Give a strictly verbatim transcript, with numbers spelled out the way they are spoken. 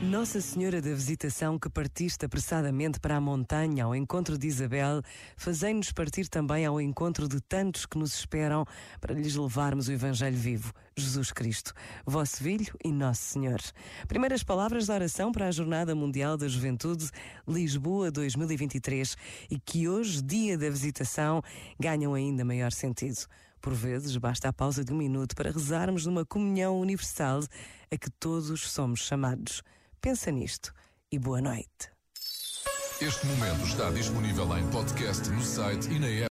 Nossa Senhora da Visitação, que partiste apressadamente para a montanha ao encontro de Isabel, fazei-nos partir também ao encontro de tantos que nos esperam para lhes levarmos o Evangelho vivo, Jesus Cristo, vosso Filho e Nosso Senhor. Primeiras palavras da oração para a Jornada Mundial da Juventude Lisboa dois mil e vinte e três, e que hoje, dia da Visitação, ganham ainda maior sentido. Por vezes, basta a pausa de um minuto para rezarmos numa comunhão universal a que todos somos chamados. Pensa nisto e boa noite. Este momento está disponível em podcast no site e na app.